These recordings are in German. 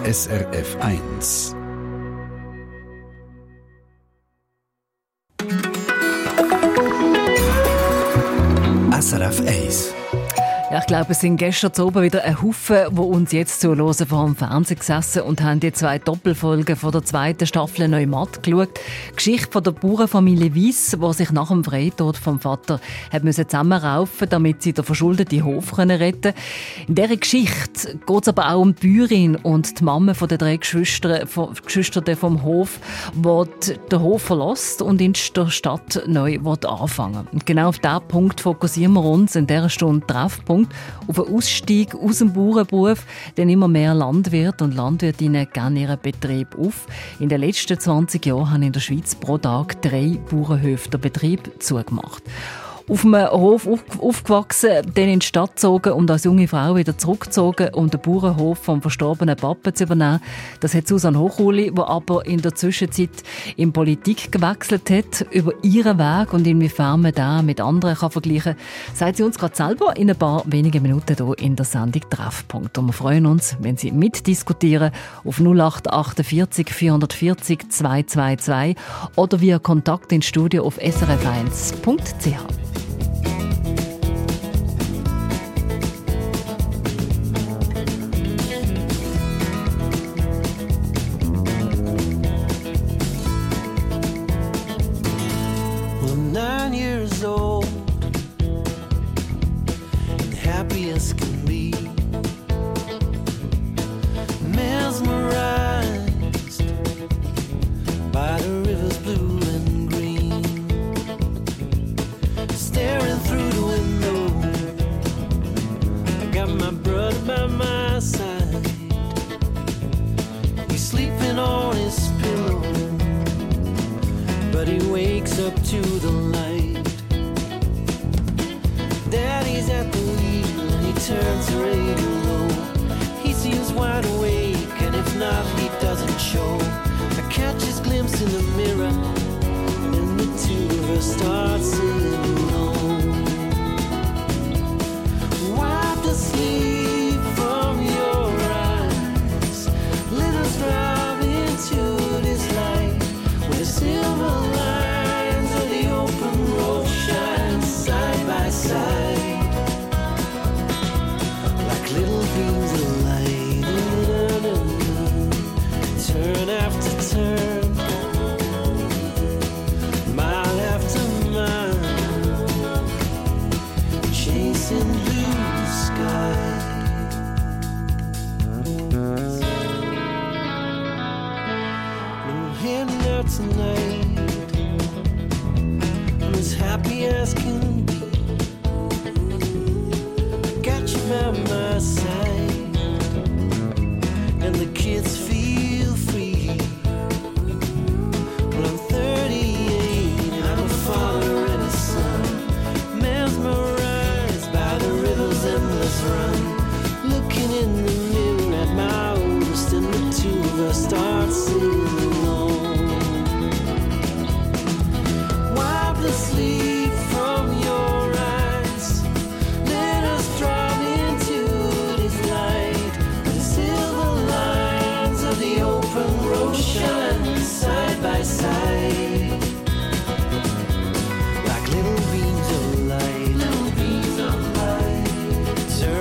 SRF 1. SRF 1. Ja, ich glaube, es sind gestern oben wieder ein Haufen, die uns jetzt zuhören, vor dem Fernsehen gesessen und haben die 2 Doppelfolgen von der 2. Staffel neu matt geschaut. Die Geschichte von der Bauernfamilie Wyss, die sich nach dem Freitod vom Vater zusammenraufen, damit sie den verschuldeten Hof retten können. In dieser Geschichte geht es aber auch um die Bäuerin und die Mama der 3 Geschwister vom Hof, die den Hof verlässt und in der Stadt neu anfangen will. Und genau auf diesen Punkt fokussieren wir uns in dieser Stunde Treffpunkt. Auf einen Ausstieg aus dem Bauernberuf, denn immer mehr Landwirte und Landwirtinnen geben ihren Betrieb auf. In den letzten 20 Jahren haben in der Schweiz pro Tag 3 Bauernhöfe den Betrieb zugemacht. Auf einem Hof aufgewachsen, dann in die Stadt gezogen und als junge Frau wieder zurückgezogen, um den Bauernhof vom verstorbenen Papa zu übernehmen. Das hat Susanne Hochuli, die aber in der Zwischenzeit in Politik gewechselt hat. Über ihren Weg und inwiefern man den mit anderen vergleichen kann, sagt sie uns gerade selber in ein paar wenigen Minuten hier in der Sendung Treffpunkt. Und wir freuen uns, wenn Sie mitdiskutieren auf 0848 440 222 oder via Kontakt ins Studio auf srf1.ch.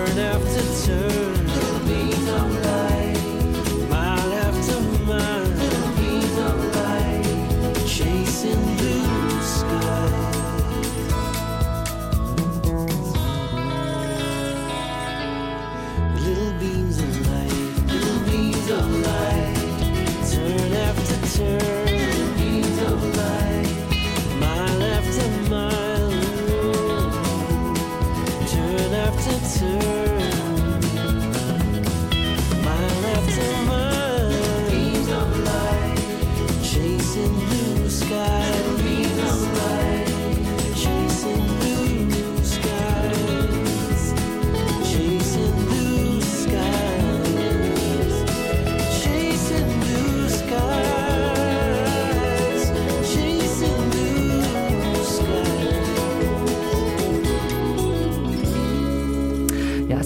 Turn, mile after mile.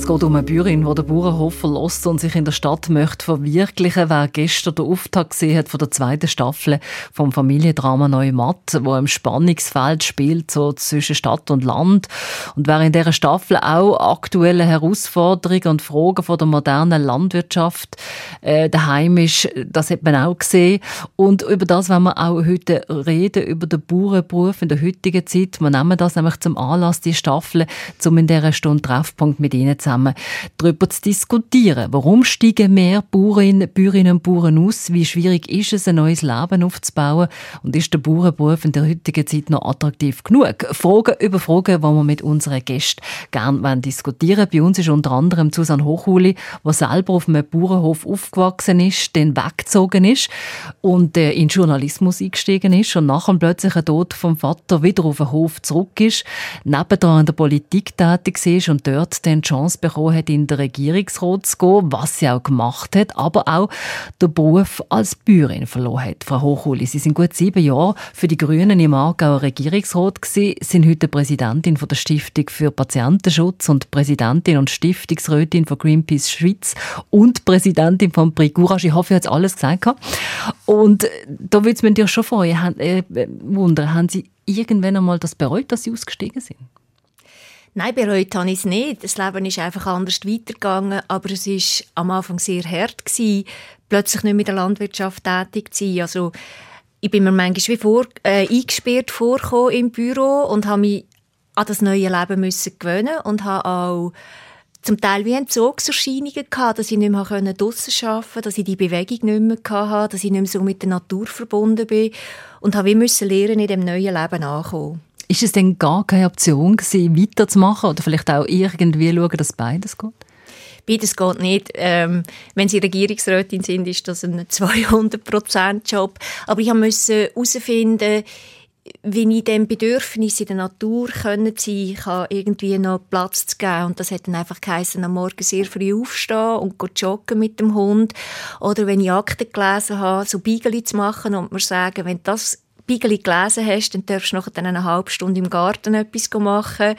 Es geht um eine Bäuerin, die den Bauernhof verlässt und sich in der Stadt möchte verwirklichen. Wer gestern den Auftakt gesehen hat von der zweiten Staffel vom Familiendrama Neumatt, wo im Spannungsfeld spielt, so zwischen Stadt und Land. Und wer in dieser Staffel auch aktuelle Herausforderungen und Fragen von der modernen Landwirtschaft daheim ist, das hat man auch gesehen. Und über das wollen wir auch heute reden, über den Bauernberuf in der heutigen Zeit. Wir nehmen das nämlich zum Anlass, die Staffel, um in dieser Stunde Treffpunkt mit Ihnen zusammen darüber zu diskutieren. Warum steigen mehr Bäuerinnen und Bauern aus? Wie schwierig ist es, ein neues Leben aufzubauen? Und ist der Bauernberuf in der heutigen Zeit noch attraktiv genug? Fragen über Fragen, die wir mit unseren Gästen gerne diskutieren wollen. Bei uns ist unter anderem Susanne Hochuli, die selber auf einem Bauernhof aufgewachsen ist, dann weggezogen ist und in den Journalismus eingestiegen ist und nach dem plötzlichen Tod vom Vater wieder auf den Hof zurück ist, nebendran in der Politik tätig ist und dort dann die Chance bekommen hat, in den Regierungsrat zu gehen, was sie auch gemacht hat, aber auch den Beruf als Bäuerin verloren hat. Frau Hochuli, Sie sind gut 7 Jahre für die Grünen im Aargauer Regierungsrat gewesen, sind heute Präsidentin von der Stiftung für Patientenschutz und Präsidentin und Stiftungsrätin von Greenpeace Schweiz und Präsidentin von Prix Courage. Ich hoffe, ich habe jetzt alles gesagt. Und da würde es mich natürlich schon wundern, haben Sie irgendwann einmal das bereut, dass Sie ausgestiegen sind? Nein, bereut habe ich es nicht. Das Leben ist einfach anders weitergegangen, aber es war am Anfang sehr hart gewesen, plötzlich nicht mehr in der Landwirtschaft tätig zu sein. Also, ich bin mir manchmal eingesperrt vorgekommen im Büro und habe mich an das neue Leben gewöhnen und habe auch zum Teil wie Entzugserscheinungen gehabt, dass ich nicht mehr draussen arbeiten konnte, dass ich die Bewegung nicht mehr hatte, dass ich nicht mehr so mit der Natur verbunden bin und habe wie lernen, in dem neuen Leben anzukommen. Ist es denn gar keine Option gewesen, weiterzumachen oder vielleicht auch irgendwie schauen, dass beides geht? Beides geht nicht. Wenn Sie Regierungsrätin sind, ist das ein 200%-Job. Aber ich musste herausfinden, wie ich dem Bedürfnis in der Natur sein kann, irgendwie noch Platz zu geben. Und das hat dann einfach geheissen, am Morgen sehr früh aufstehen und joggen mit dem Hund. Oder wenn ich Akten gelesen habe, so Beigeli zu machen und mir sagen, wenn das Beigeli gelesen hast, dann darfst du nachher dann eine halbe Stunde im Garten etwas machen.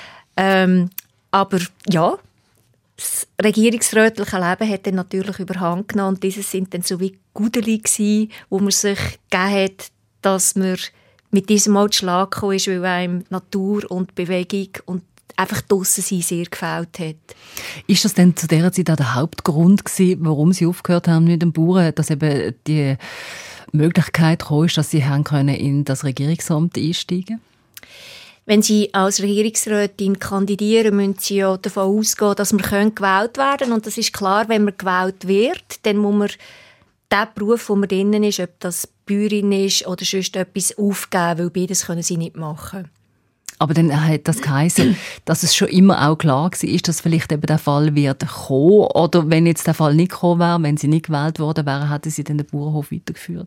Aber ja, das regierungsrätliche Leben hat dann natürlich überhand genommen. Und dieses sind dann so wie Gudeli gsi, wo man sich gegeben hat, dass man mit diesem Mal zu Schlag gekommen ist, weil einem Natur und Bewegung und einfach draussen sein sehr gefällt hat. Ist das denn zu dieser Zeit auch der Hauptgrund gewesen, warum Sie aufgehört haben mit dem Bauern, dass eben die Möglichkeit gekommen ist, dass Sie in das Regierungsamt einsteigen? Wenn Sie als Regierungsrätin kandidieren, müssen Sie ja davon ausgehen, dass man gewählt werden können. Und das ist klar, wenn man gewählt wird, dann muss man den Beruf, wo man drinnen ist, ob das Bäuerin ist oder sonst etwas, aufgeben, weil beides können Sie nicht machen. Aber dann hat das geheißen, dass es schon immer auch klar war, dass vielleicht eben der Fall wird kommen. Oder wenn jetzt der Fall nicht gekommen wäre, wenn Sie nicht gewählt worden wären, hätten Sie dann den Bauernhof weitergeführt?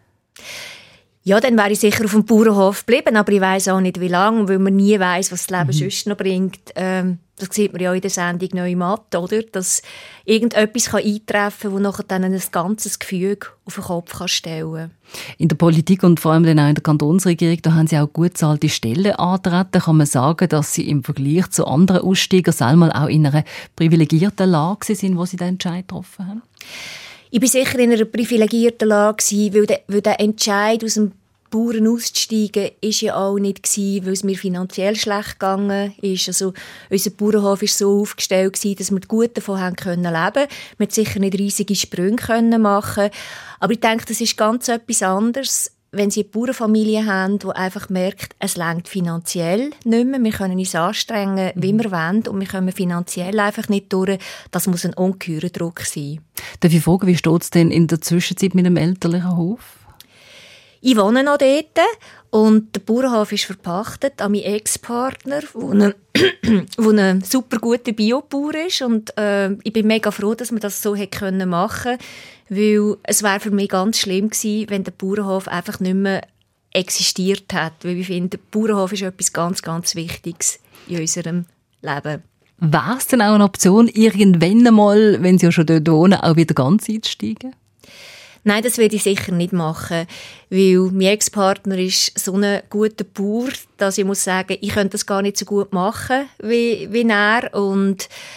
Ja, dann wäre ich sicher auf dem Bauernhof geblieben, aber ich weiss auch nicht, wie lange, weil man nie weiss, was das Leben sonst noch bringt. Das sieht man ja in der Sendung Neumatt, oder? Dass irgendetwas eintreffen kann, das nachher dann ein ganzes Gefüge auf den Kopf stellen kann. In der Politik und vor allem dann auch in der Kantonsregierung, da haben Sie auch gut bezahlte Stellen angetreten. Kann man sagen, dass Sie im Vergleich zu anderen Aussteigern selber auch in einer privilegierten Lage sind, wo Sie den Entscheid getroffen haben? Ich war sicher in einer privilegierten Lage, weil der Entscheid aus dem Bauern auszusteigen, war ja auch nicht, weil es mir finanziell schlecht gegangen ist. Also, unser Bauernhof war so aufgestellt, dass wir gut davon leben konnten. Wir konnten sicher nicht riesige Sprünge machen. Aber ich denke, das ist ganz etwas anderes, wenn Sie eine Bauernfamilie haben, die einfach merkt, es reicht finanziell nicht mehr. Wir können uns anstrengen, wie wir wollen, und wir kommen finanziell einfach nicht durch. Das muss ein ungeheurer Druck sein. Darf ich fragen, wie steht es denn in der Zwischenzeit mit dem elterlichen Hof? Ich wohne noch dort und der Bauernhof ist verpachtet an meinen Ex-Partner, der ein super guter Biobauer ist. Und ich bin mega froh, dass wir das so machen können, weil es wäre für mich ganz schlimm gewesen, wenn der Bauernhof einfach nicht mehr existiert hat. Weil ich finde, der Bauernhof ist etwas ganz, ganz Wichtiges in unserem Leben. Wäre es denn auch eine Option, irgendwann einmal, wenn Sie ja schon dort wohnen, auch wieder ganz einzusteigen? Nein, das würde ich sicher nicht machen, weil mein Ex-Partner ist so ein guter Bauer, dass ich muss sagen, ich könnte das gar nicht so gut machen wie er. Und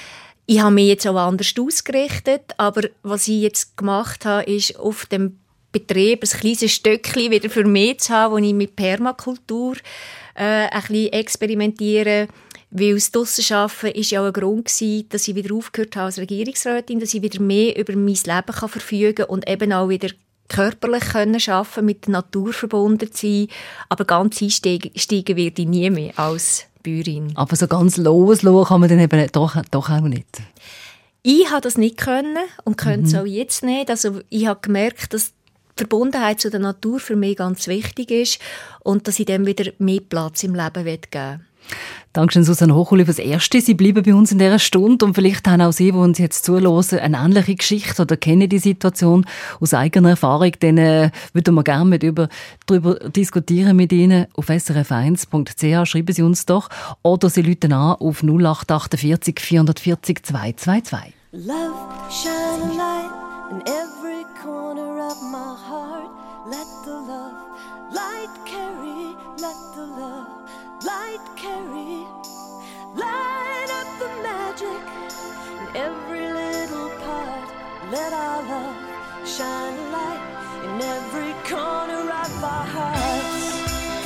Ich habe mich jetzt auch anders ausgerichtet, aber was ich jetzt gemacht habe, ist auf dem Betrieb ein kleines Stückchen wieder für mich zu haben, wo ich mit Permakultur ein bisschen experimentiere. Weil das Draussen-Arbeiten war ja auch ein Grund gewesen, dass ich wieder aufgehört habe als Regierungsrätin, dass ich wieder mehr über mein Leben verfügen kann und eben auch wieder körperlich arbeiten, mit der Natur verbunden sein. Aber ganz einsteigen werde ich nie mehr als Bäuerin. Aber so ganz loslassen kann man dann eben doch auch nicht. Ich habe das nicht können und könnte es auch jetzt nicht. Also ich habe gemerkt, dass die Verbundenheit zu der Natur für mich ganz wichtig ist und dass ich dem wieder mehr Platz im Leben geben will. Dankeschön, Susanne Hochuli, fürs Erste. Sie bleiben bei uns in dieser Stunde und vielleicht haben auch Sie, die uns jetzt zuhören, eine ähnliche Geschichte oder kennen die Situation aus eigener Erfahrung. Dann würden wir gerne darüber diskutieren mit Ihnen. Auf srf1.ch schreiben Sie uns doch oder Sie rufen an auf 0848 440 222. Love, shine a light in every corner of my heart. Let the love light carry, let the love light carry. Light up the magic in every little part. Let our love shine a light in every corner of our hearts.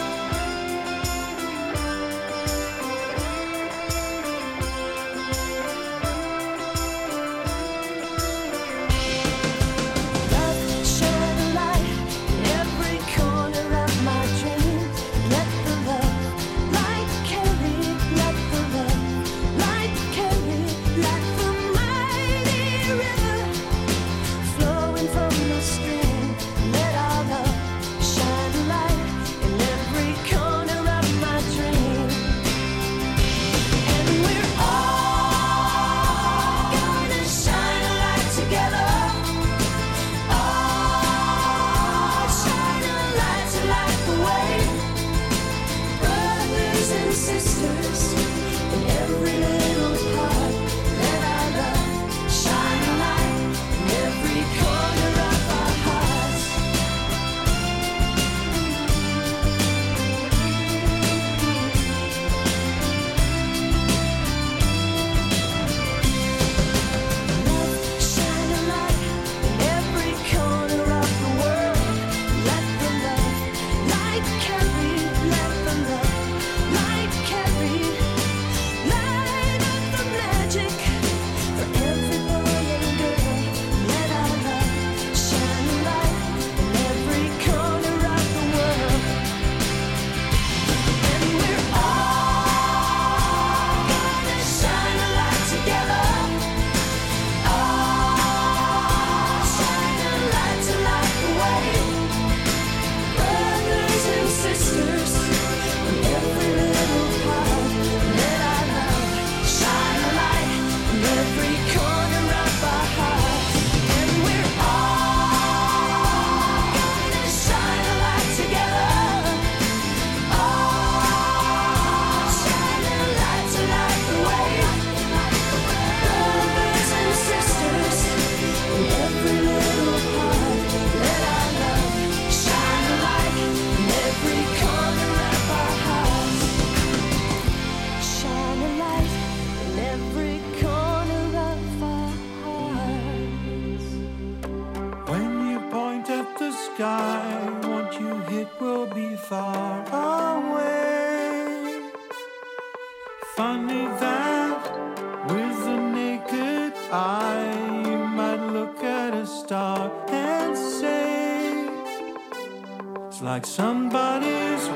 Like somebody's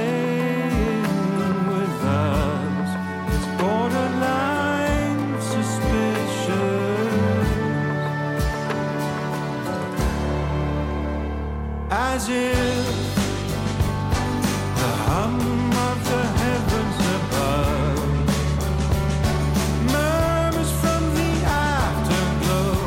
playing with us. It's borderline suspicious, as if the hum of the heavens above murmurs from the afterglow.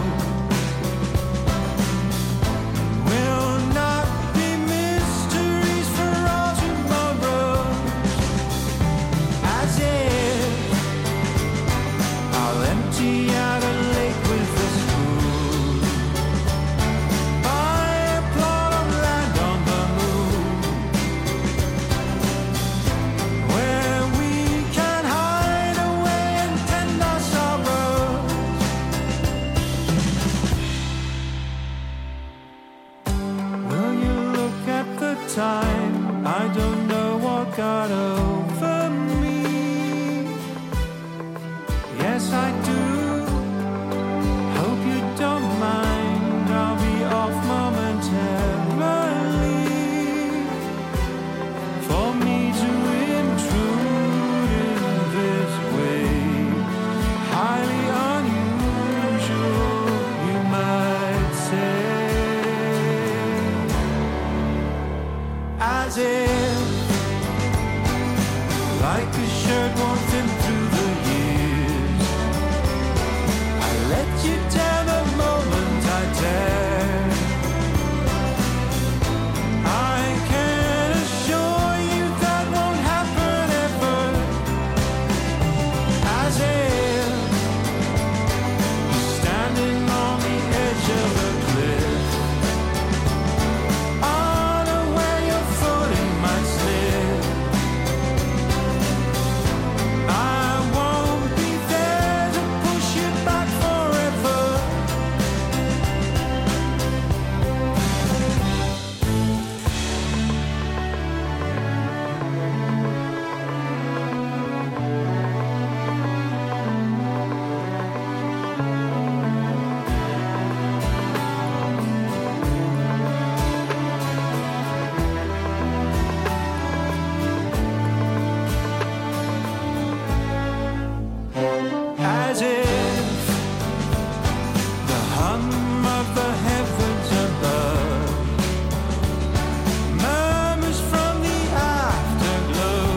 Will not be mysteries for all tomorrows, as if I'll empty out a lake with a spoon, buy a plot of land on the time. I don't know what got over me. Yes, I do. Hope you don't mind. I'll be off momentarily. For me to intrude in this way, highly unusual, you might say. As if, like a shirt worn thin through the years, I let you down the moment I dare. I can assure you that won't happen ever. As if you're standing on the edge of a cliff, unaware your footing might slip. I won't be there to push you back forever. As if the hum of the heavens above murmurs from the afterglow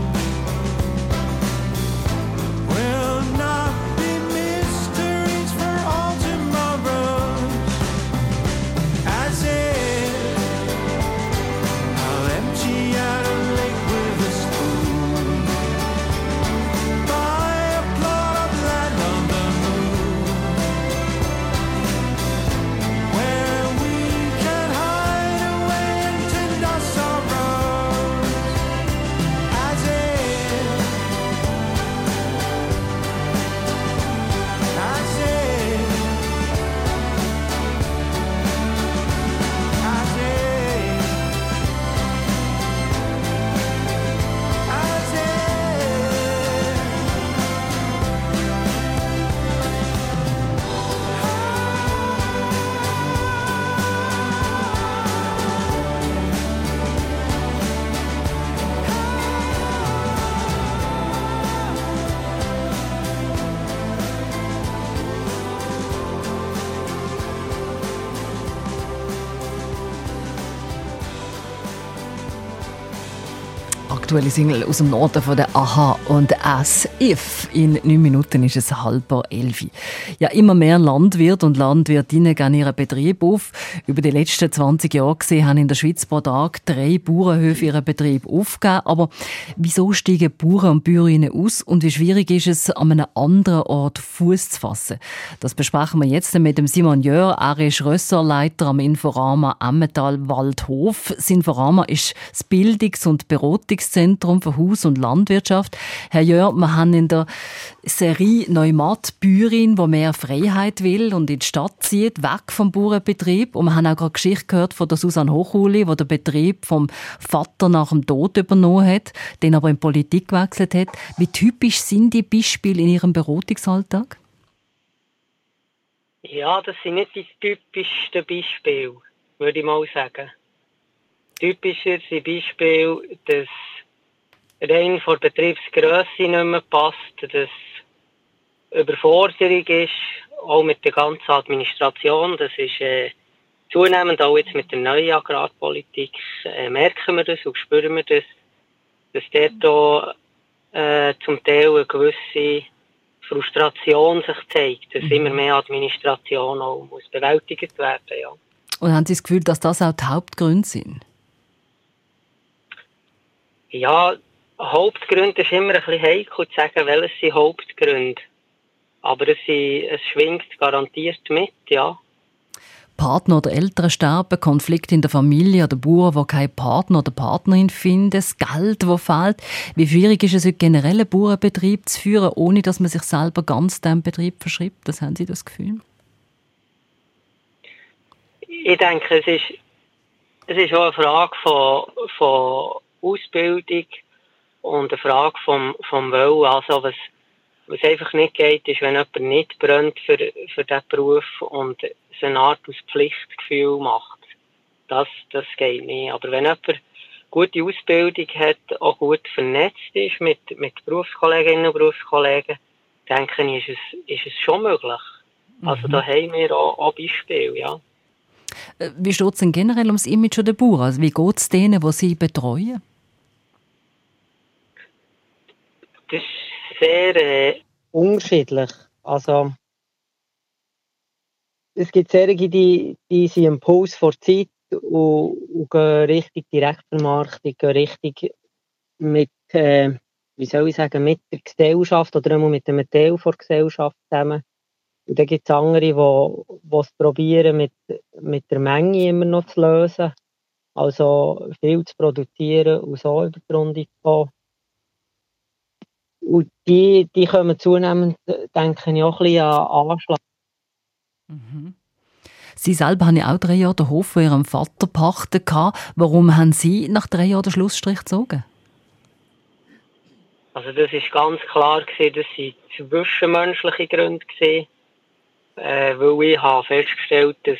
will not be mysteries for all tomorrows. As if I'll empty out a lake with a spoon, buy a plot of land on the moon, where we can hide away and tend our sorrows. As if, as if, as if, as if. Aktuelle Single aus dem Norden von der AHA und As If. In 9 Minuten ist es 10:30. Ja, immer mehr Landwirte und Landwirtinnen geben ihren Betrieb auf. Über die letzten 20 Jahre gesehen haben in der Schweiz pro Tag 3 Bauernhöfe ihren Betrieb aufgegeben. Aber wieso steigen Bauern und Bäuerinnen aus und wie schwierig ist es, an einem anderen Ort Fuß zu fassen? Das besprechen wir jetzt mit dem Simon Jör. Er ist Ressortleiter am Inforama Emmental-Waldhof. Das Inforama ist das Bildungs- und Beratungszentrum für Haus- und Landwirtschaft. Herr Jör, wir haben in der Serie Neumatt Bäuerin, die mehr Freiheit will und in die Stadt zieht, weg vom Bauernbetrieb. Und wir haben auch gerade Geschichte gehört von der Susanne Hochuli, die den Betrieb vom Vater nach dem Tod übernommen hat, den aber in Politik gewechselt hat. Wie typisch sind die Beispiele in Ihrem Beratungsalltag? Ja, das sind nicht die typischsten Beispiele, würde ich mal sagen. Typischer sind Beispiele, dass rein von der Betriebsgrösse nicht mehr passt, dass Überforderung ist, auch mit der ganzen Administration. Das ist zunehmend auch jetzt mit der neuen Agrarpolitik merken wir das und spüren wir das, dass dort auch zum Teil eine gewisse Frustration sich zeigt, dass immer mehr Administration auch muss bewältigt werden. Ja. Und haben Sie das Gefühl, dass das auch die Hauptgründe sind? Ja, Hauptgründe ist immer ein bisschen heikel zu sagen, welches sind Hauptgründe. Aber es schwingt garantiert mit, ja. Partner oder Eltern sterben, Konflikt in der Familie oder Bauern, die keinen Partner oder Partnerin finden, das Geld, das fehlt. Wie schwierig ist es, heute generell einen Bauernbetrieb zu führen, ohne dass man sich selber ganz diesem Betrieb verschreibt? Das haben Sie das Gefühl? Ich denke, es ist es ist auch eine Frage von Ausbildung und eine Frage vom Wollen. Also was einfach nicht geht, ist, wenn jemand nicht brennt für diesen Beruf und so eine Art aus Pflichtgefühl macht. Das geht nicht. Aber wenn jemand gute Ausbildung hat, auch gut vernetzt ist mit Berufskolleginnen und Berufskollegen, denke ich, ist es schon möglich. Also da haben wir auch Beispiele, ja. Wie steht es denn generell ums Image der Bauern? Also wie geht es denen, die sie betreuen? Das ist sehr unterschiedlich. Also es gibt solche, die sind im Puls vor Zeit und gehen Richtung Direktvermarktung, gehen richtig mit, mit der Gesellschaft oder einmal mit einem Teil der Gesellschaft zusammen. Und dann gibt es andere, die es probieren, mit der Menge immer noch zu lösen. Also viel zu produzieren und so über die Runde zu gehen. Und die kommen zunehmend, denke ich, auch ein bisschen an Anschlag. Mhm. Sie selber haben ja auch 3 Jahre den Hof von Ihrem Vater gepachtet. Warum haben Sie nach 3 Jahren den Schlussstrich gezogen? Also das ist ganz klar gewesen, das waren zwischenmenschliche Gründe gewesen, weil ich habe festgestellt, dass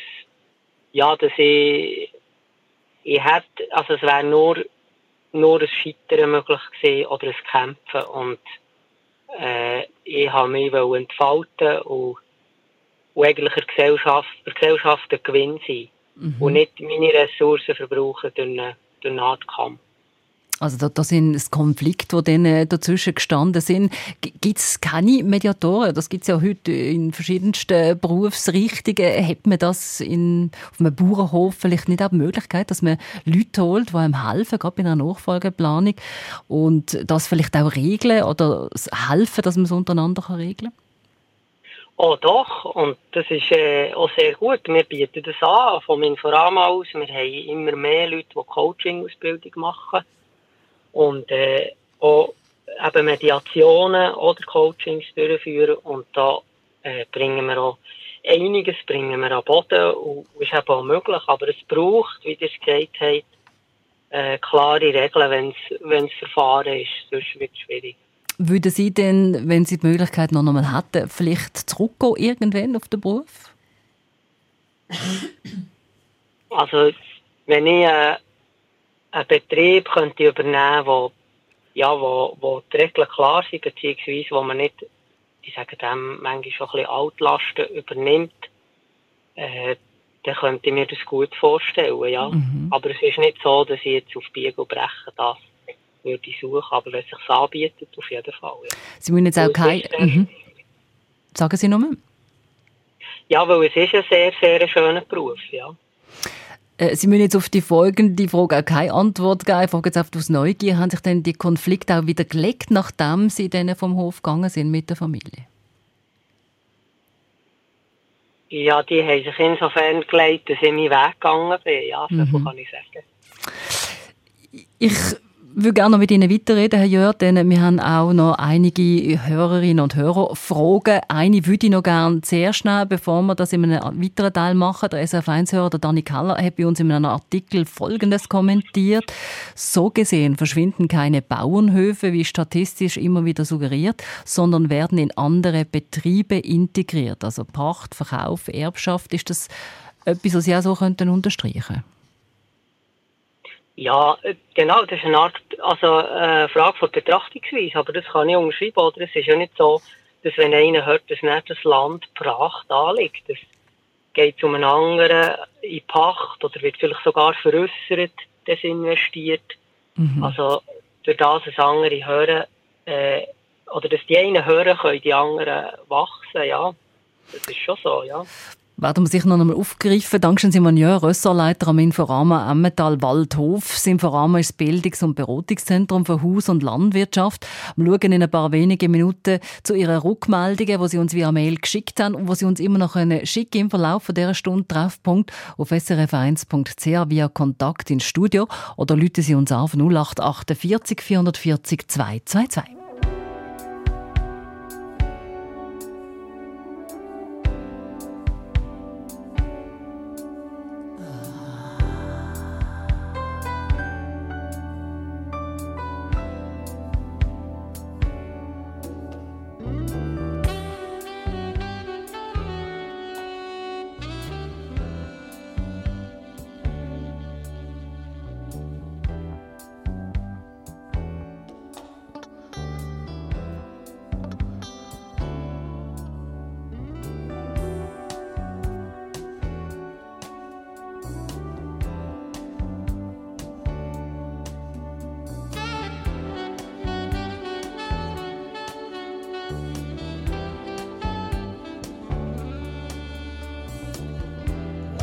ich hätte, also es wäre nur ein Scheitern möglich gewesen oder ein Kämpfen und ich habe mich entfalten und eigentlich der Gesellschaft ein Gewinn sein und nicht meine Ressourcen verbrauchen durch eine Art Kampf. Also da sind Konflikte, die dann dazwischen gestanden sind. Gibt es keine Mediatoren? Das gibt es ja heute in verschiedensten Berufsrichtungen. Hat man das auf einem Bauernhof vielleicht nicht auch die Möglichkeit, dass man Leute holt, die einem helfen, gerade bei einer Nachfolgeplanung und das vielleicht auch regeln oder helfen, dass man es untereinander regeln kann? Oh doch, und das ist auch sehr gut. Wir bieten das an, vom Inforama aus. Wir haben immer mehr Leute, die Coaching-Ausbildung machen. Und auch eben Mediationen oder Coachings durchführen. Und da bringen wir auch einiges an Boden. Und ist eben auch möglich. Aber es braucht, wie ihr es gesagt habt, klare Regeln, wenn es Verfahren ist. Sonst wird es schwierig. Würden Sie denn, wenn Sie die Möglichkeit noch einmal hätten, vielleicht zurückgehen irgendwann auf den Beruf? Also, wenn ich einen Betrieb könnte übernehmen, wo die Regeln klar sind, beziehungsweise wo man nicht, ich sage dem, manchmal schon ein bisschen Altlasten übernimmt, dann könnte ich mir das gut vorstellen, ja. Aber es ist nicht so, dass ich jetzt auf Biegen und Brechen das würde ich suchen, aber wenn es sich anbietet, auf jeden Fall. Ja. Sie müssen jetzt auch kein... Sagen Sie nochmal. Ja, weil es ist ein sehr, sehr schöner Beruf, ja. Sie müssen jetzt auf die folgende Frage auch keine Antwort geben. Ich frage jetzt einfach aus Neugier. Haben sich denn die Konflikte auch wieder gelegt, nachdem Sie dann vom Hof gegangen sind mit der Familie? Ja, die haben sich insofern gelegt, dass ich meinen Weg gegangen bin. Ja, so kann ich sagen. Ich würde gerne noch mit Ihnen weiterreden, Herr Jörg, denn wir haben auch noch einige Hörerinnen und Hörer Fragen. Eine würde ich noch gerne sehr schnell, bevor wir das in einem weiteren Teil machen. Der SRF1-Hörer, der Dani Kaller, hat bei uns in einem Artikel Folgendes kommentiert. So gesehen verschwinden keine Bauernhöfe, wie statistisch immer wieder suggeriert, sondern werden in andere Betriebe integriert. Also Pacht, Verkauf, Erbschaft. Ist das etwas, was Sie auch so unterstreichen könnten? Ja, genau, das ist eine Art, Frage von Betrachtungsweise, aber das kann ich unterschreiben, oder? Es ist ja nicht so, dass wenn einer hört, dass nicht das Land brach da liegt. Es geht um einen anderen in Pacht oder wird vielleicht sogar veräussert, desinvestiert. Also, durch das, dass andere hören, oder dass die einen hören, können die anderen wachsen, ja. Das ist schon so, ja. Werden wir sicher noch einmal aufgreifen. Dankeschön, Simon Jörg, Ressortleiter am Inforama Emmental Waldhof. Das Inforama ist das Bildungs- und Beratungszentrum für Haus- und Landwirtschaft. Wir schauen in ein paar wenigen Minuten zu Ihren Rückmeldungen, die Sie uns via Mail geschickt haben und die Sie uns immer noch schicken im Verlauf dieser Stunde. Treffpunkt auf srf1.ch via Kontakt ins Studio oder rufen Sie uns auf 0848 440 222.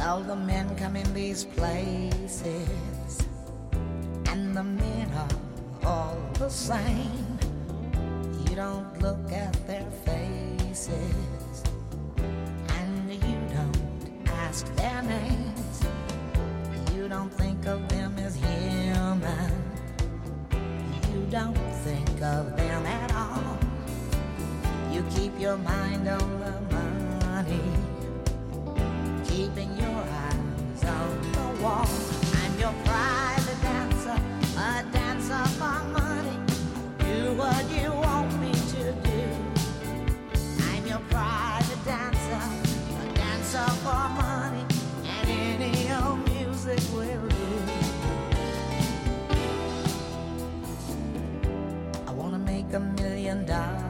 Well, the men come in these places, and the men are all the same. You don't look at their faces, and you don't ask their names. You don't think of them as human. You don't think of them at all. You keep your mind on the money, keeping your eyes on the wall. I'm your private dancer, a dancer for money. Do what you want me to do. I'm your private dancer, a dancer for money, and any old music will do. I wanna make $1 million.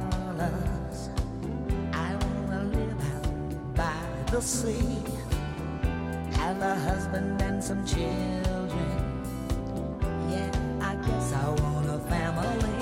I wanna live out by the sea, have a husband and some children. Yeah, I guess I want a family.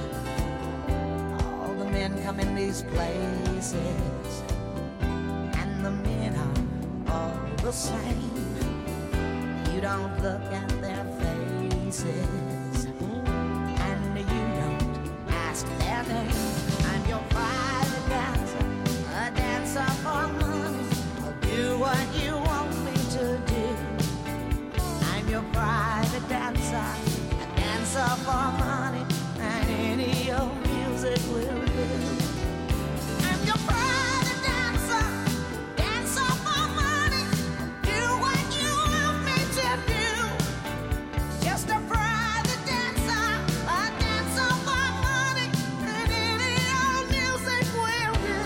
All the men come in these places, and the men are all the same. You don't look at their faces, and you don't ask their name. I'm your private dancer, a dancer for money. I'll do what you want me to do. I'm your private dancer, a dancer for money, and any old music will do. I'm your private dancer, dancer for money. Do what you want me to do. Just a private dancer, a dancer for money, and any old music will do.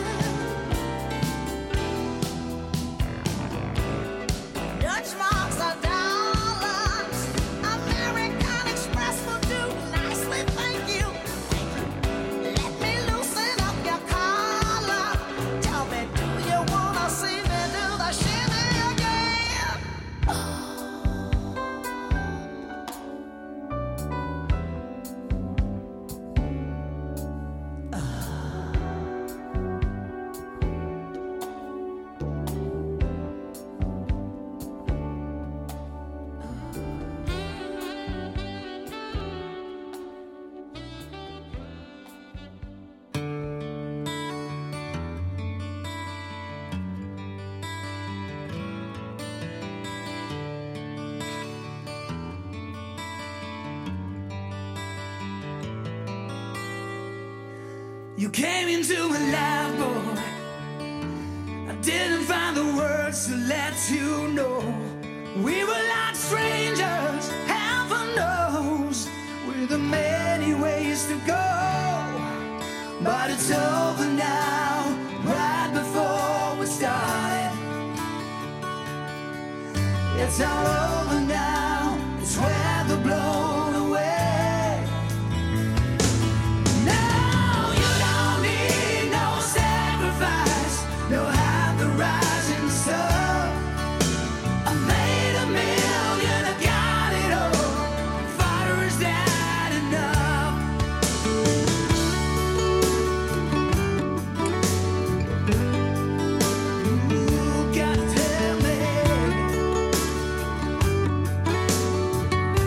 Dutch marks are dollars, American Express will do nicely, thank you. Let me loosen up your collar. Tell me, do you wanna see me do the shimmy again? You came into my life, boy. I didn't find the words to let you know. We were like strangers, heaven knows, with many ways to go. But it's over now, right before we started. It's all over now, it's where the blown away. No have the rising sun. I made $1 million, I got it all. Fire is that enough? You gotta tell me.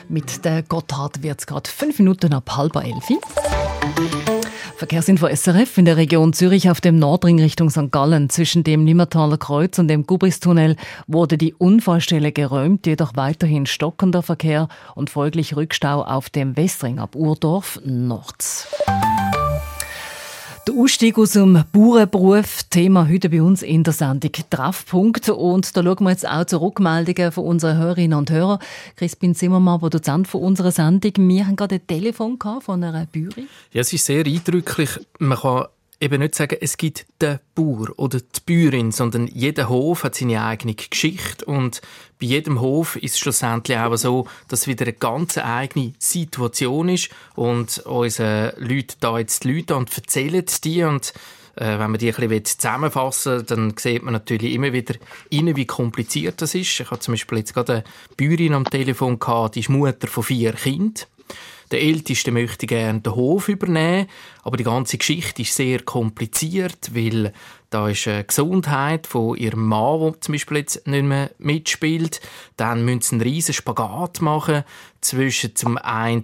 Mit der Gotthard wird es gerade 5 Minuten ab 10:30. Verkehrsinfo SRF in der Region Zürich auf dem Nordring Richtung St. Gallen. Zwischen dem Nimmertaler Kreuz und dem Gubristunnel wurde die Unfallstelle geräumt, jedoch weiterhin stockender Verkehr und folglich Rückstau auf dem Westring ab Urdorf Nord. Der Ausstieg aus dem Bauernberuf, Thema heute bei uns in der Sendung Treffpunkt. Und da schauen wir jetzt auch zu Rückmeldungen von unseren Hörerinnen und Hörern. Crispin Zimmermann, Produzent von unserer Sendung. Wir haben gerade ein Telefon von einer Bäuerin. Ja, es ist sehr eindrücklich. Man kann eben nicht sagen, es gibt den Bauer oder die Bäuerin, sondern jeder Hof hat seine eigene Geschichte und bei jedem Hof ist es schlussendlich auch so, dass es wieder eine ganz eigene Situation ist und unsere Leute da jetzt die Leute und erzählen die und wenn man die ein bisschen zusammenfassen will, dann sieht man natürlich immer wieder, wie kompliziert das ist. Ich hatte zum Beispiel jetzt gerade eine Bäuerin am Telefon gehabt, die ist Mutter von 4 Kindern. Der Älteste möchte gerne den Hof übernehmen, aber die ganze Geschichte ist sehr kompliziert, weil da ist eine Gesundheit von ihrem Mann, der zum Beispiel jetzt nicht mehr mitspielt. Dann müssen sie einen riesen Spagat machen zwischen zum einen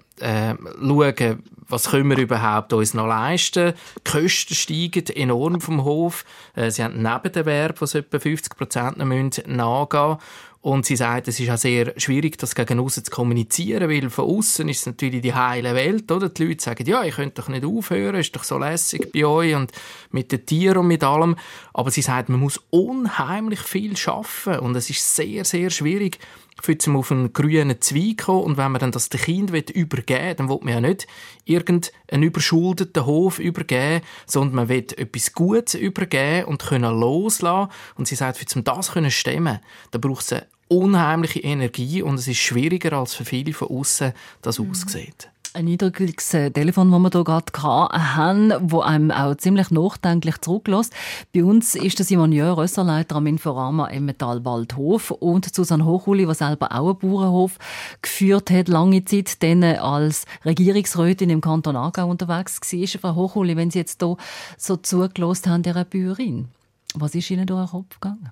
schauen, was können wir überhaupt uns noch leisten. Die Kosten steigen enorm vom Hof. Sie haben einen Nebenerwerb, was etwa 50% noch nachgehen müssen. Und sie sagt, es ist auch sehr schwierig, das gegen aussen zu kommunizieren, weil von außen ist es natürlich die heile Welt, oder? Die Leute sagen, ja, ihr könnt doch nicht aufhören, ist doch so lässig bei euch und mit den Tieren und mit allem. Aber sie sagt, man muss unheimlich viel arbeiten und es ist sehr, sehr schwierig, zum auf einen grünen Zweig kommen. Und wenn man dann das den Kindern übergeben will, dann will man ja nicht irgendeinen überschuldeten Hof übergeben, sondern man will etwas Gutes übergeben und können loslassen. Und sie sagt, um das zu stemmen, da braucht es eine unheimliche Energie und es ist schwieriger, als für viele von außen das aussieht. Ein eindrückliches Telefon, das wir hier gerade haben, das einem auch ziemlich nachdenklich zurücklässt. Bei uns ist der Simon Jör, Rösserleiter am Inforama Emmental Waldhof und Susanne Hochuli, die selber auch einen Bauernhof geführt hat, lange Zeit, dann als Regierungsrätin im Kanton Aargau unterwegs war. Frau Hochuli, wenn Sie jetzt hier so zugelassen haben, dieser Bäuerin, was ist Ihnen durch den Kopf gegangen?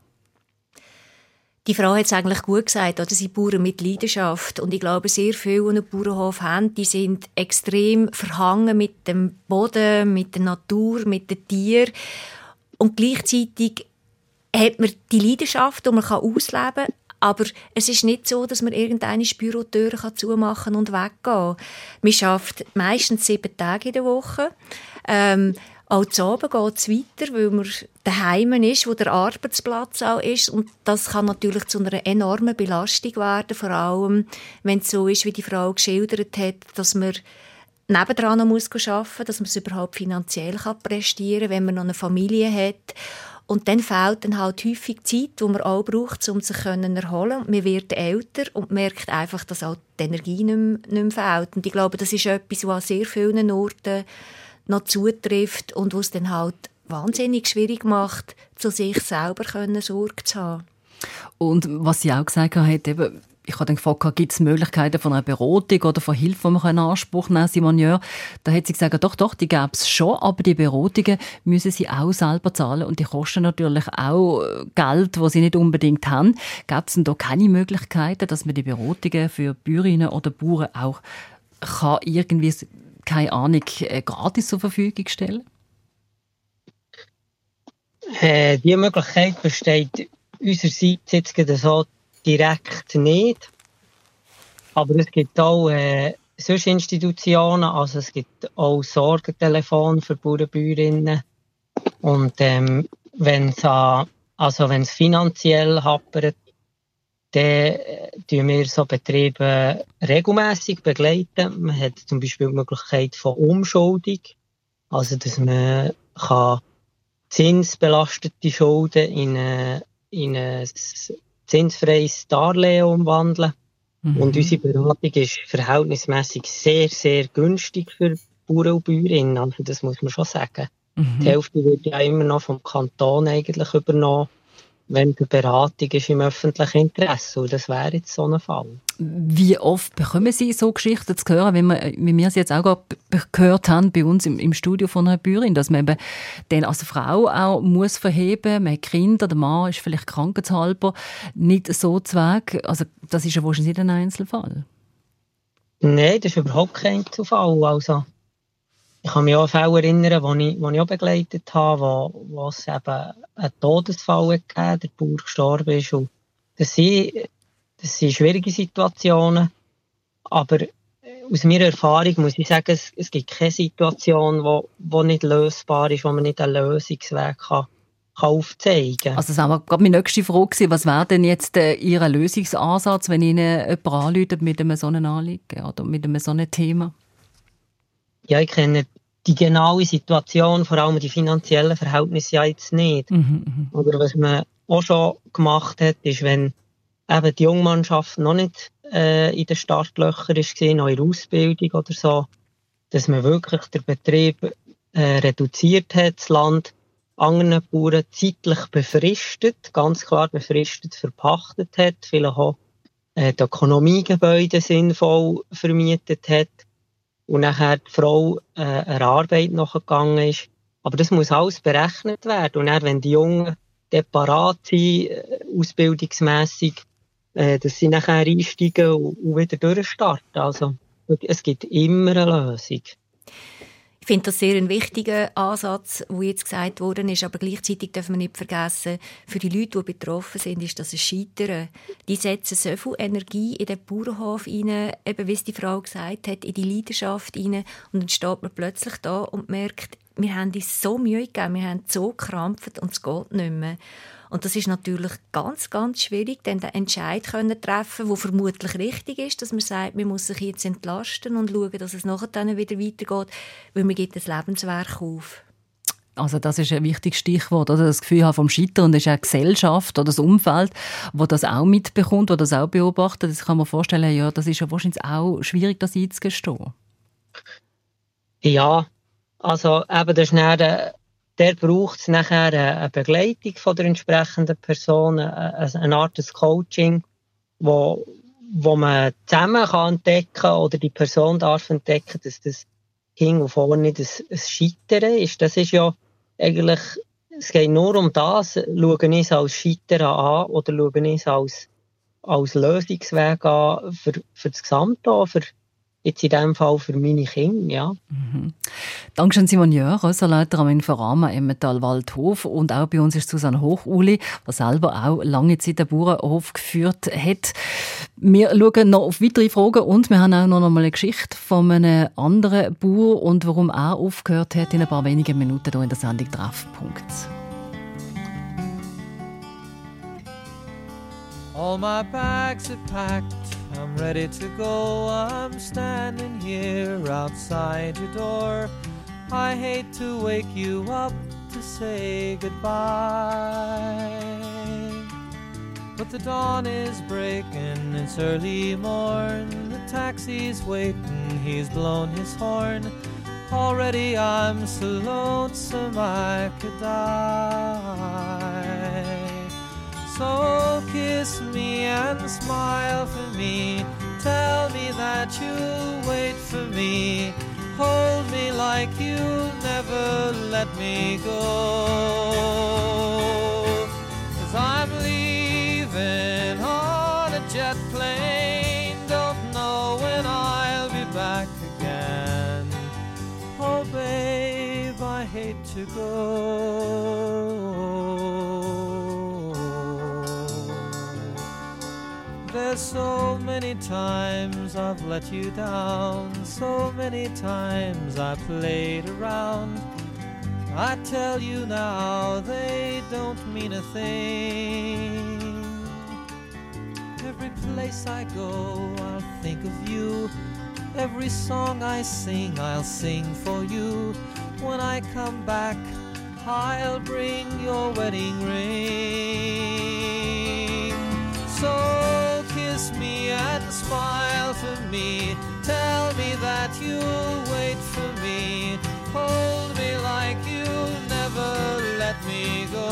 Die Frau hat es eigentlich gut gesagt, oder? Sie Bauern mit Leidenschaft. Und ich glaube, sehr viele, die einen Bauernhof haben, die sind extrem verhangen mit dem Boden, mit der Natur, mit den Tieren. Und gleichzeitig hat man die Leidenschaft, die man ausleben kann. Aber es ist nicht so, dass man irgendeine Bürotür zumachen und weggehen kann. Man arbeitet meistens 7 Tage in der Woche. Auch zu Abend geht es weiter, weil man daheim ist, wo der Arbeitsplatz auch ist. Und das kann natürlich zu einer enormen Belastung werden, vor allem, wenn es so ist, wie die Frau geschildert hat, dass man nebendran noch arbeiten muss, dass man es überhaupt finanziell prestieren kann, wenn man noch eine Familie hat. Und dann fehlt dann halt häufig Zeit, die man auch braucht, um sich zu erholen. Man wird älter und merkt einfach, dass auch die Energie nicht mehr fehlt. Und ich glaube, das ist etwas, was an sehr vielen Orten noch zutrifft und was es dann halt wahnsinnig schwierig macht, zu sich selber Sorge zu haben. Und was sie auch gesagt hat, eben, ich habe dann gefragt, gibt es Möglichkeiten von einer Beratung oder von Hilfe, die man in Anspruch nehmen kann, Simon Jör? Da hat sie gesagt, doch, die gäbe es schon, aber die Beratungen müssen sie auch selber zahlen und die kosten natürlich auch Geld, das sie nicht unbedingt haben. Gäbe es denn da keine Möglichkeiten, dass man die Beratungen für Bäuerinnen oder Bauern auch kann irgendwie, keine Ahnung, gratis zur Verfügung stellen? Die Möglichkeit besteht unsererseits jetzt gerade so direkt nicht. Aber es gibt auch sonst Institutionen, also es gibt auch Sorgentelefone für Bauern und Bäuerinnen. Und wenn es finanziell hapert, dann begleiten wir so Betriebe regelmässig begleiten. Man hat zum Beispiel die Möglichkeit von Umschuldung, also dass man zinsbelastete Schulden in ein zinsfreies Darlehen umwandeln. Und unsere Beratung ist verhältnismäßig sehr, sehr günstig für Bauern und Bäuerinnen. Also das muss man schon sagen. Die Hälfte wird ja immer noch vom Kanton eigentlich übernommen, wenn die Beratung ist im öffentlichen Interesse. Und das wäre jetzt so ein Fall. Wie oft bekommen Sie so Geschichten zu hören, wie wir sie jetzt auch gerade gehört haben bei uns im Studio von einer Bäuerin, dass man eben dann als Frau auch muss verheben, man hat Kinder, der Mann ist vielleicht krankheitshalber nicht so zu Weg. Also das ist ja wahrscheinlich nicht ein Einzelfall. Nein, das ist überhaupt kein Zufall. Also, ich kann mich auch an Fälle erinnern, die ich auch begleitet habe, wo es eben einen Todesfall gegeben, der Bauer gestorben ist. Und das sind schwierige Situationen. Aber aus meiner Erfahrung muss ich sagen, es gibt keine Situation, die nicht lösbar ist, wo man nicht einen Lösungsweg kann aufzeigen. Also das war gerade meine nächste Frage. Was wäre denn jetzt Ihr Lösungsansatz, wenn Ihnen jemand anruft mit einem solchen Anliegen oder mit einem solchen Thema? Ja, ich kenne die genaue Situation, vor allem die finanziellen Verhältnisse ja jetzt nicht. Oder was man auch schon gemacht hat, ist, wenn eben die Jungmannschaft noch nicht in den Startlöchern war, noch in der Ausbildung oder so, dass man wirklich den Betrieb reduziert hat, das Land anderen Bauern zeitlich befristet, ganz klar befristet verpachtet hat, vielleicht auch die Ökonomiegebäude sinnvoll vermietet hat und nachher die Frau einer Arbeit nachgegangen ist. Aber das muss alles berechnet werden. Und dann, wenn die Jungen dort parat sind, ausbildungsmässig, dass sie nachher einsteigen und wieder durchstarten. Also, es gibt immer eine Lösung. Ich finde das sehr ein wichtiger Ansatz, der jetzt gesagt worden ist. Aber gleichzeitig dürfen wir nicht vergessen, für die Leute, die betroffen sind, ist das ein Scheitern. Die setzen so viel Energie in den Bauernhof rein, eben wie es die Frau gesagt hat, in die Leidenschaft rein. Und dann steht man plötzlich da und merkt, wir haben uns so Mühe gegeben, wir haben so gekrampft und es geht nicht mehr. Und das ist natürlich ganz, ganz schwierig, dann den Entscheid treffen können, der vermutlich richtig ist, dass man sagt, man muss sich jetzt entlasten und schauen, dass es nachher dann wieder weitergeht, weil man gibt das Lebenswerk auf. Also das ist ein wichtiges Stichwort, oder? Das Gefühl vom Scheitern, das ist auch die Gesellschaft oder das Umfeld, wo das auch mitbekommt, wo das auch beobachtet. Das kann man vorstellen, ja, das ist ja wahrscheinlich auch schwierig, das einzugestehen. Ja, also eben das ist dann der braucht es nachher eine Begleitung von der entsprechenden Person, eine Art des Coaching, wo man zusammen kann entdecken oder die Person darf entdecken, dass das hin und vorne nicht ein Scheitern ist. Das ist ja eigentlich, es geht nur um das, schauen wir es als Scheitern an oder schauen wir es als Lösungsweg an für das Gesamte, für jetzt in diesem Fall für meine Kinder, ja. Dankeschön Simon Jör, Rösserleiter am Inforama Emmental-Waldhof. Und auch bei uns ist Susanne Hochuli, die selber auch lange Zeit den Bauernhof geführt hat. Wir schauen noch auf weitere Fragen und wir haben auch noch einmal eine Geschichte von einem anderen Bauer und warum er aufgehört hat in ein paar wenigen Minuten hier in der Sendung Treffpunkt. All my bags are packed, I'm ready to go. I'm standing here outside your door. I hate to wake you up to say goodbye, but the dawn is breaking, it's early morn. The taxi's waiting, he's blown his horn. Already I'm so lonesome I could die. So kiss me and smile for me. Tell me that you'll wait for me. Hold me like you'll never let me go. 'Cause I'm leaving on a jet plane. Don't know when I'll be back again. Oh babe, I hate to go. There's so many times I've let you down, so many times I played around. I tell you now, they don't mean a thing. Every place I go, I'll think of you. Every song I sing, I'll sing for you. When I come back, I'll bring your wedding ring. So kiss me and smile for me. Tell me that you'll wait for me. Hold me like you'll never let me go.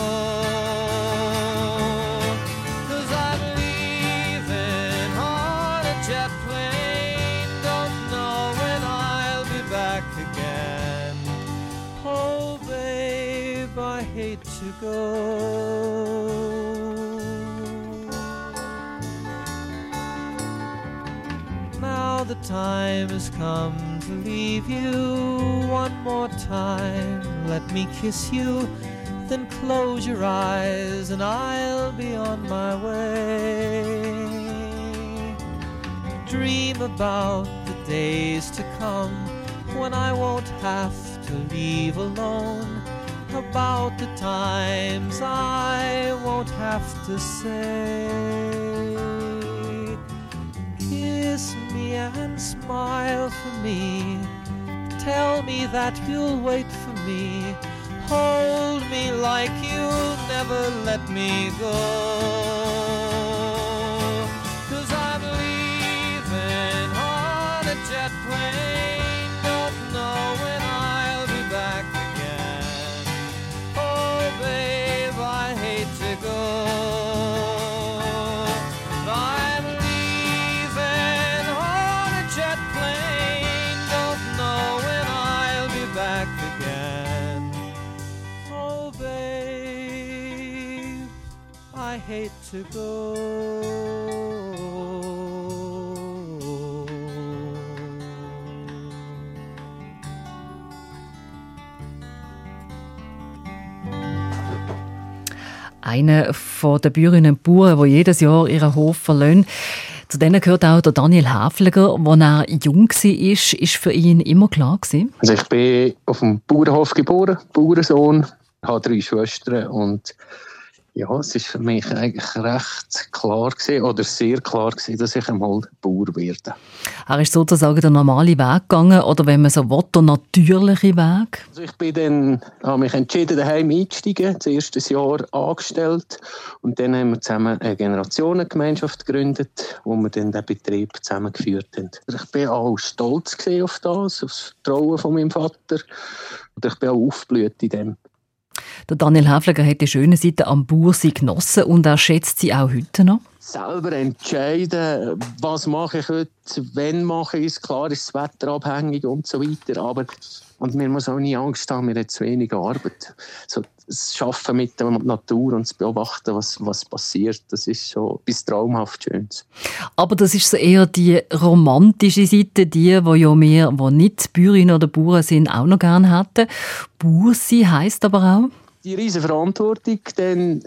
'Cause I'm leaving on a jet plane. Don't know when I'll be back again. Oh babe, I hate to go. Now the time has come to leave you. One more time, let me kiss you. Then close your eyes and I'll be on my way. Dream about the days to come when I won't have to leave alone. About the times I won't have to say. Kiss me and smile for me. Tell me that you'll wait for me. Hold me like you'll never let me go. 'Cause I'm leaving on a jet plane. Don't know when I'll be back again. Oh babe, I hate to go. I'm leaving on a jet plane. Don't know when I'll be back again. Oh babe, I hate to go. Einer der Bäuerinnen und Bauern, die jedes Jahr ihren Hof verlassen. Zu denen gehört auch der Daniel Häfliger. Als er jung war, ist für ihn immer klar gewesen. Also ich bin auf dem Bauernhof geboren, Bauernsohn, habe 3 Schwestern und ja, es ist für mich eigentlich recht klar gewesen, oder sehr klar gewesen, dass ich einmal Bauer werde. Er ist sozusagen der normale Weg gegangen, oder wenn man so will, der natürliche Weg? Also ich habe mich entschieden, daheim einzusteigen, das erste Jahr angestellt und dann haben wir zusammen eine Generationengemeinschaft gegründet, wo wir dann den Betrieb zusammengeführt haben. Ich bin auch stolz auf das, auf das Vertrauen von meinem Vater und ich bin auch aufgeblüht in dem. Der Daniel Häfliger hat die schönen Seiten am Bauersein genossen und er schätzt sie auch heute noch. Selber entscheiden, was mache ich heute, wann mache ich es. Klar ist das Wetter abhängig und so weiter, aber und man muss auch nie Angst haben, wir haben zu wenig Arbeit. So, das Arbeiten mit der Natur und das Beobachten, was passiert, das ist schon etwas traumhaft Schönes. Aber das ist so eher die romantische Seite, die ja wir, die nicht Bäuerinnen oder Bauern sind, auch noch gerne hätten. Bauer sein heisst aber auch? Die riesige Verantwortung, dann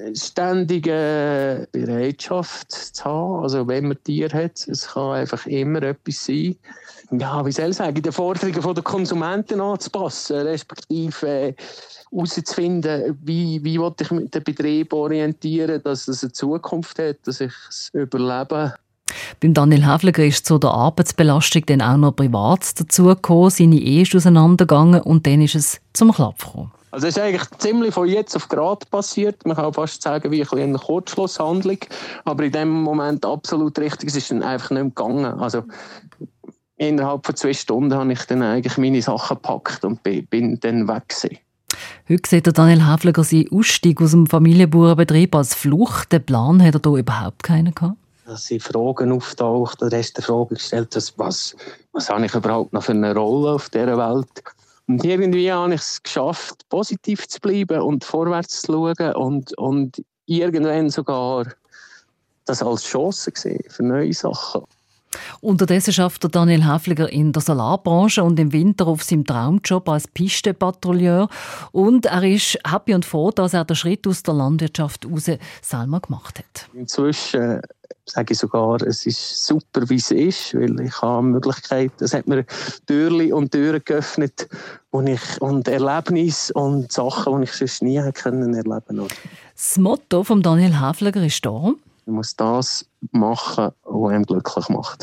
ständige Bereitschaft zu haben. Also wenn man Tiere hat, es kann einfach immer etwas sein. Ja, wie soll ich sagen, den Forderungen der Konsumenten anzupassen, respektive herauszufinden, wie will ich mit dem Betrieb orientieren, dass es eine Zukunft hat, dass ich es überlebe. Beim Daniel Häfliger ist zu der Arbeitsbelastung dann auch noch privat dazugekommen. Seine Ehe ist auseinandergegangen und dann ist es zum Klapp gekommen. Also es ist eigentlich ziemlich von jetzt auf gerade passiert. Man kann fast sagen, wie eine Kurzschlusshandlung. Aber in dem Moment absolut richtig. Es ist dann einfach nicht mehr gegangen. Also innerhalb von 2 Stunden habe ich dann eigentlich meine Sachen gepackt und bin dann weg gewesen. Heute sieht der Daniel Häfliger seinen Ausstieg aus dem Familienbauernbetrieb als Flucht. Den Plan hat er da überhaupt keinen gehabt? Dass sie Fragen auftaucht, der Rest der Frage gestellt, was habe ich überhaupt noch für eine Rolle auf dieser Welt? Und irgendwie habe ich es geschafft, positiv zu bleiben und vorwärts zu schauen und irgendwann sogar das als Chance gesehen für neue Sachen. Unterdessen arbeitet Daniel Häfliger in der Solarbranche und im Winter auf seinem Traumjob als Pistenpatrouilleur. Und er ist happy und froh, dass er den Schritt aus der Landwirtschaft raus selber gemacht hat. Inzwischen sage ich sogar, es ist super, wie es ist, weil ich habe Möglichkeiten, es hat mir Türen und Türen geöffnet und Erlebnisse und Sachen, die ich sonst nie erleben konnte. Das Motto von Daniel Häfliger ist da: Man muss das machen, was einem glücklich macht.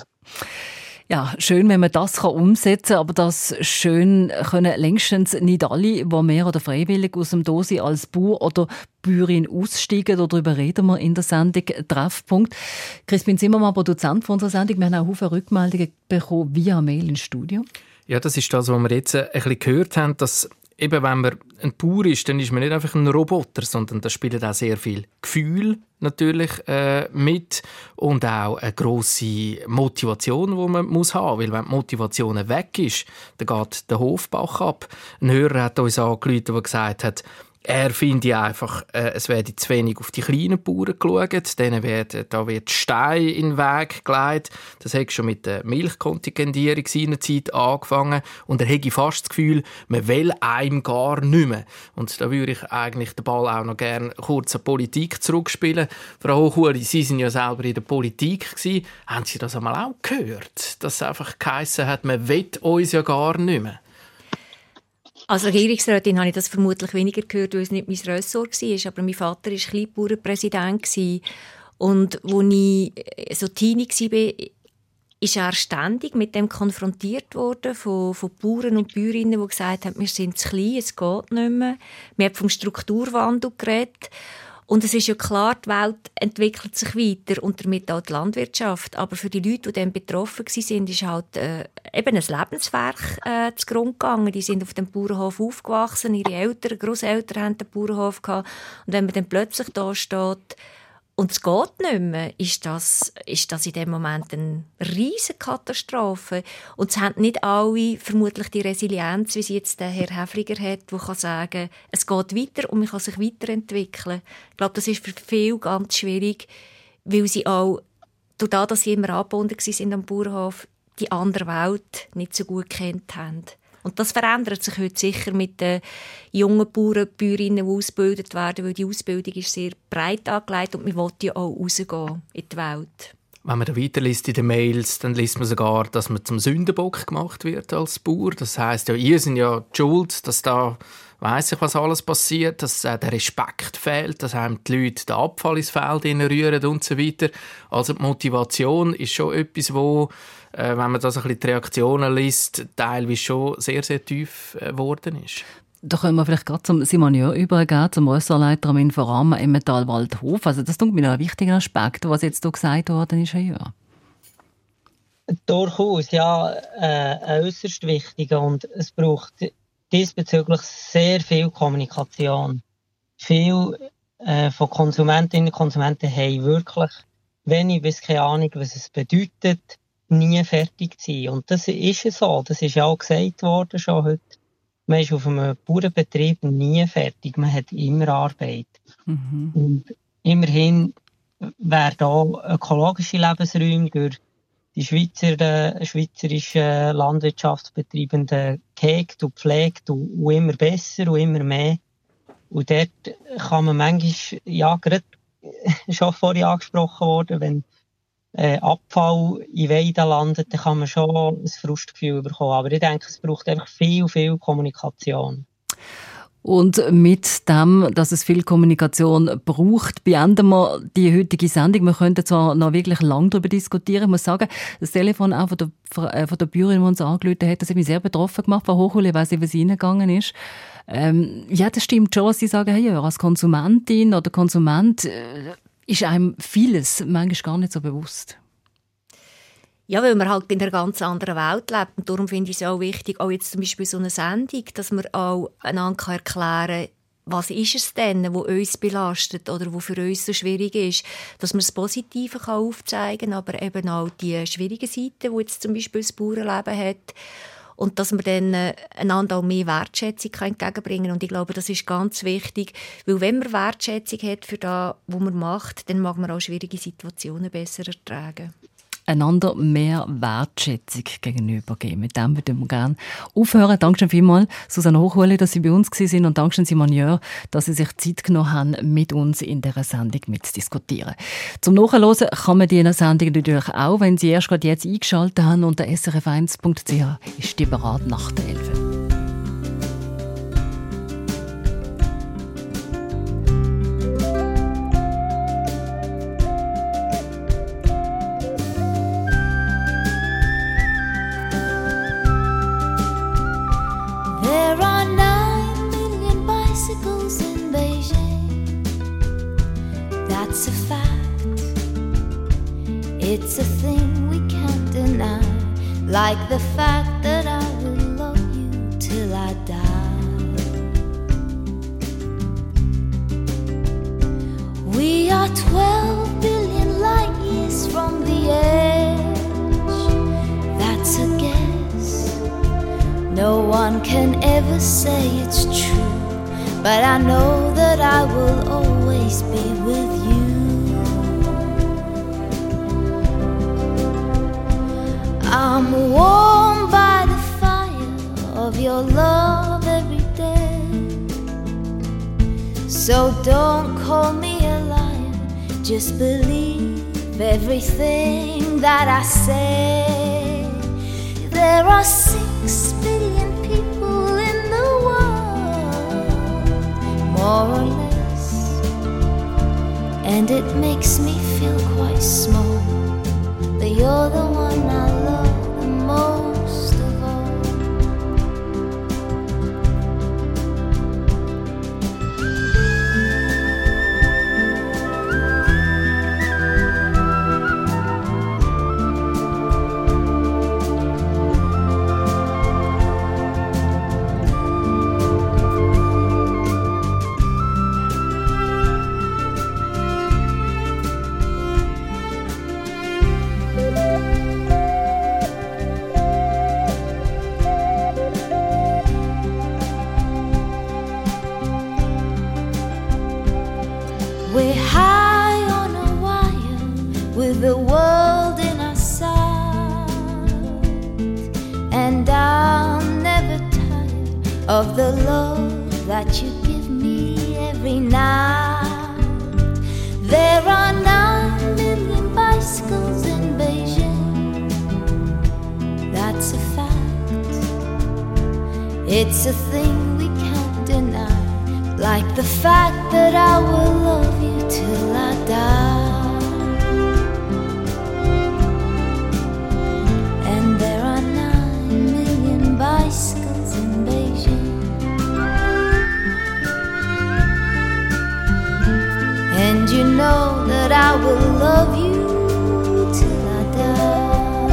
Ja, schön, wenn man das umsetzen kann, aber das schön können längstens nicht alle, die mehr oder freiwillig aus dem Dosi als Bauer oder Bäuerin aussteigen. Darüber reden wir in der Sendung Treffpunkt. Crispin Zimmermann, Produzent von unserer Sendung. Wir haben auch viele Rückmeldungen bekommen via Mail ins Studio. Ja, das ist das, was wir jetzt ein bisschen gehört haben, dass eben, wenn man ein Bauer ist, dann ist man nicht einfach ein Roboter, sondern da spielt auch sehr viel Gefühl natürlich mit und auch eine grosse Motivation, die man muss haben, weil wenn die Motivation weg ist, dann geht der Hofbach ab. Ein Hörer hat uns angerufen, der gesagt hat, Er finde einfach, es werde zu wenig auf die kleinen Bauern geschaut. Denen wird Stein in den Weg gelegt. Das hat schon mit der Milchkontingentierung seinerzeit angefangen. Und er hätte fast das Gefühl, man will einem gar nicht mehr. Und da würde ich eigentlich den Ball auch noch gerne kurz an Politik zurückspielen. Frau Hochhueli, Sie sind ja selber in der Politik gewesen. Haben Sie das einmal auch gehört? Dass es einfach geheissen hat, man will uns ja gar nicht mehr? Als Regierungsrätin habe ich das vermutlich weniger gehört, weil es nicht mein Ressort war. Aber mein Vater war Kleinbauernpräsident. Und als ich so Teenie war, ist er ständig mit dem konfrontiert worden von Bauern und Bäuerinnen, die gesagt haben, wir sind zu klein, es geht nicht mehr. Wir haben vom Strukturwandel geredet. Und es ist ja klar, die Welt entwickelt sich weiter und damit auch die Landwirtschaft. Aber für die Leute, die dann betroffen waren, ist halt eben ein Lebenswerk zugrunde gegangen. Die sind auf dem Bauernhof aufgewachsen, ihre Eltern, Grosseltern hatten den Bauernhof gehabt. Und wenn man dann plötzlich da steht und es geht nicht mehr, ist das in dem Moment eine riesige Katastrophe. Und es haben nicht alle vermutlich die Resilienz, wie sie jetzt der Herr Häfliger hat, der kann sagen, es geht weiter und man kann sich weiterentwickeln. Ich glaube, das ist für viele ganz schwierig, weil sie auch, dadurch, dass sie immer angebunden waren am Bauernhof, die andere Welt nicht so gut kennt haben. Und das verändert sich heute sicher mit den jungen Bauern, Bäuerinnen, die ausgebildet werden, weil die Ausbildung ist sehr breit angelegt und man will ja auch rausgehen in die Welt. Wenn man da weiterliest in den Mails, dann liest man sogar, dass man zum Sündenbock gemacht wird als Bauer. Das heisst ja, ihr seid ja die Schuld, dass da weiss ich, was alles passiert, dass der Respekt fehlt, dass einem die Leute den Abfall ins Feld rühren und so weiter. Also die Motivation ist schon etwas, wo, wenn man da so ein bisschen die Reaktionen liest, teilweise schon sehr, sehr tief geworden ist. Da können wir vielleicht gerade zum Simon Jör übergehen, zum Ressortleiter am Inforama Emmental-Waldhof. Also das ist mir ein wichtiger Aspekt, was jetzt hier gesagt worden ist, Herr Jör. Durchaus, ja, äußerst wichtig. Und es braucht diesbezüglich sehr viel Kommunikation. Viele von Konsumentinnen und Konsumenten haben wirklich wenig bis keine Ahnung, was es bedeutet, nie fertig zu sein. Und das ist so. Das ist ja auch gesagt worden schon heute. Man ist auf einem Bauernbetrieb nie fertig. Man hat immer Arbeit. Mhm. Und immerhin werden auch ökologische Lebensräume durch die schweizerischen Landwirtschaftsbetriebenden gehegt und pflegt und immer besser und immer mehr. Und dort kann man manchmal, ja, gerade schon vorhin angesprochen worden, wenn Abfall in Weiden landet, dann kann man schon ein Frustgefühl bekommen. Aber ich denke, es braucht einfach viel, viel Kommunikation. Und mit dem, dass es viel Kommunikation braucht, beenden wir die heutige Sendung. Wir könnten zwar noch wirklich lange darüber diskutieren. Ich muss sagen, das Telefon auch von der Bäuerin, die uns angerufen hat, das hat mich sehr betroffen gemacht. Frau Hochhueli, ich weiss nicht, was reingegangen ist. Ja, das stimmt schon, was Sie sagen, hey, ja, als Konsumentin oder Konsument ist einem vieles manchmal gar nicht so bewusst. Ja, weil man halt in einer ganz anderen Welt lebt. Und darum finde ich es auch wichtig, auch jetzt zum Beispiel so eine Sendung, dass man auch einander erklären kann, was ist es denn, was uns belastet oder was für uns so schwierig ist. Dass man das Positive aufzeigen kann, aber eben auch die schwierigen Seiten, die jetzt zum Beispiel das Bauernleben hat. Und dass man dann einander auch mehr Wertschätzung entgegenbringen kann. Und ich glaube, das ist ganz wichtig, weil wenn man Wertschätzung hat für das, was man macht, dann mag man auch schwierige Situationen besser ertragen. Einander mehr Wertschätzung gegenübergeben. Mit dem würden wir gerne aufhören. Dankeschön vielmals, Susanne Hochhueli, dass Sie bei uns waren und Dankeschön Simon Jör, dass Sie sich Zeit genommen haben, mit uns in dieser Sendung mitzudiskutieren. Zum Nachhören kann man diese Sendung natürlich auch, wenn Sie erst gerade jetzt eingeschaltet haben, unter srf1.ch ist die bereit nach der 11. That's a fact. It's a thing we can't deny. Like the fact that I will love you till I die. We are 12 billion light years from the edge. That's a guess. No one can ever say it's true. but I know that I will always be with you. I'm warmed by the fire of your love every day. So don't call me a liar, just believe everything that I say. There are 6 billion people in the world, more or less, and it makes me feel quite small, but you're the one I love the most of all. We're high on a wire with the world in our sight, and I'm never tired of the love that you give me every night. There are 9 million bicycles in Beijing, that's a fact. It's a thing we can't deny, like the fact that I will love you till I die. And there are 9 million bicycles in Beijing, and you know that I will love you till I die.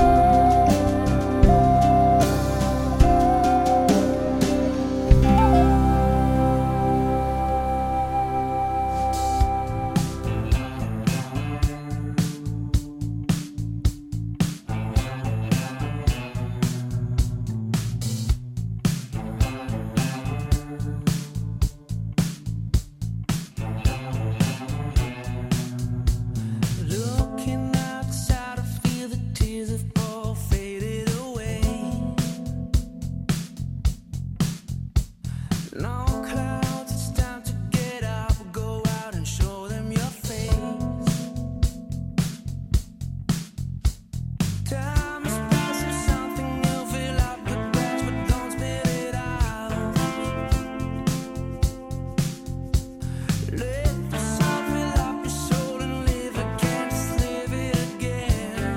Looking outside, I feel the tears have all faded away. No clouds, it's time to get up, go out and show them your face. Time is passing, something new, fill up the glass, but don't spit it out. Let the sun fill up your soul and live again, just live it again.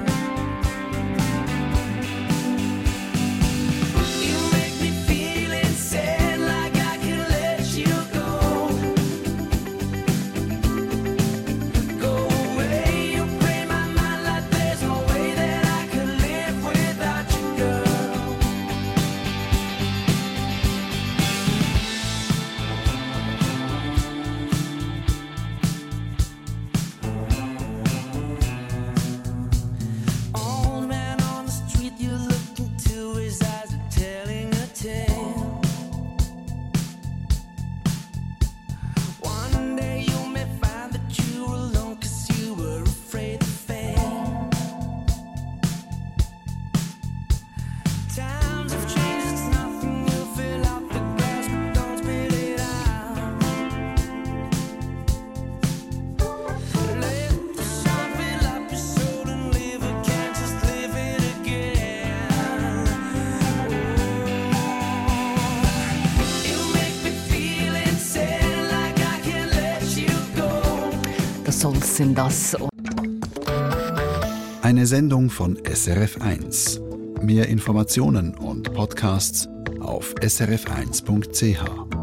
You make me feel insane, like I can let you go. Go away, you break my mind like there's no way that I could live without you, girl. Old man on the street, you look into his eyes, are telling a tale. One day you may find that you're alone, 'cause you were afraid to fail. Times have changed, it's nothing new, fill up the glass, but don't spit it out. Let the sun fill up your soul and live again, just live it again. You make me feel insane, like I can't let you go. Das soll's sind das. Eine Sendung von SRF1. Mehr Informationen und Podcasts auf srf1.ch.